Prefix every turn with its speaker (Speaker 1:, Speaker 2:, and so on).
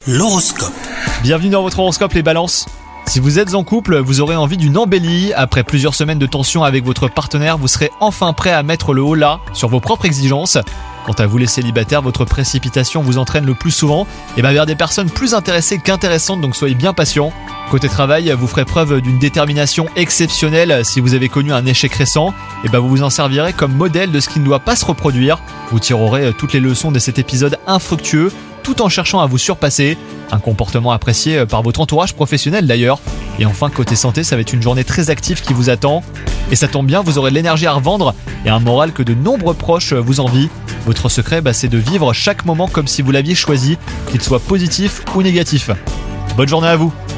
Speaker 1: L'horoscope.
Speaker 2: Bienvenue dans votre horoscope les balances. Si vous êtes en couple, vous aurez envie d'une embellie. Après plusieurs semaines de tension avec votre partenaire, vous serez enfin prêt à mettre le holà sur vos propres exigences. Quant à vous les célibataires, votre précipitation vous entraîne le plus souvent vers des personnes plus intéressées qu'intéressantes, donc soyez bien patient. Côté travail, vous ferez preuve d'une détermination exceptionnelle. Si vous avez connu un échec récent, vous vous en servirez comme modèle de ce qui ne doit pas se reproduire. Vous tirerez toutes les leçons de cet épisode infructueux, tout en cherchant à vous surpasser. Un comportement apprécié par votre entourage professionnel d'ailleurs. Et enfin, côté santé, ça va être une journée très active qui vous attend. Et ça tombe bien, vous aurez de l'énergie à revendre et un moral que de nombreux proches vous envient. Votre secret, c'est de vivre chaque moment comme si vous l'aviez choisi, qu'il soit positif ou négatif. Bonne journée à vous!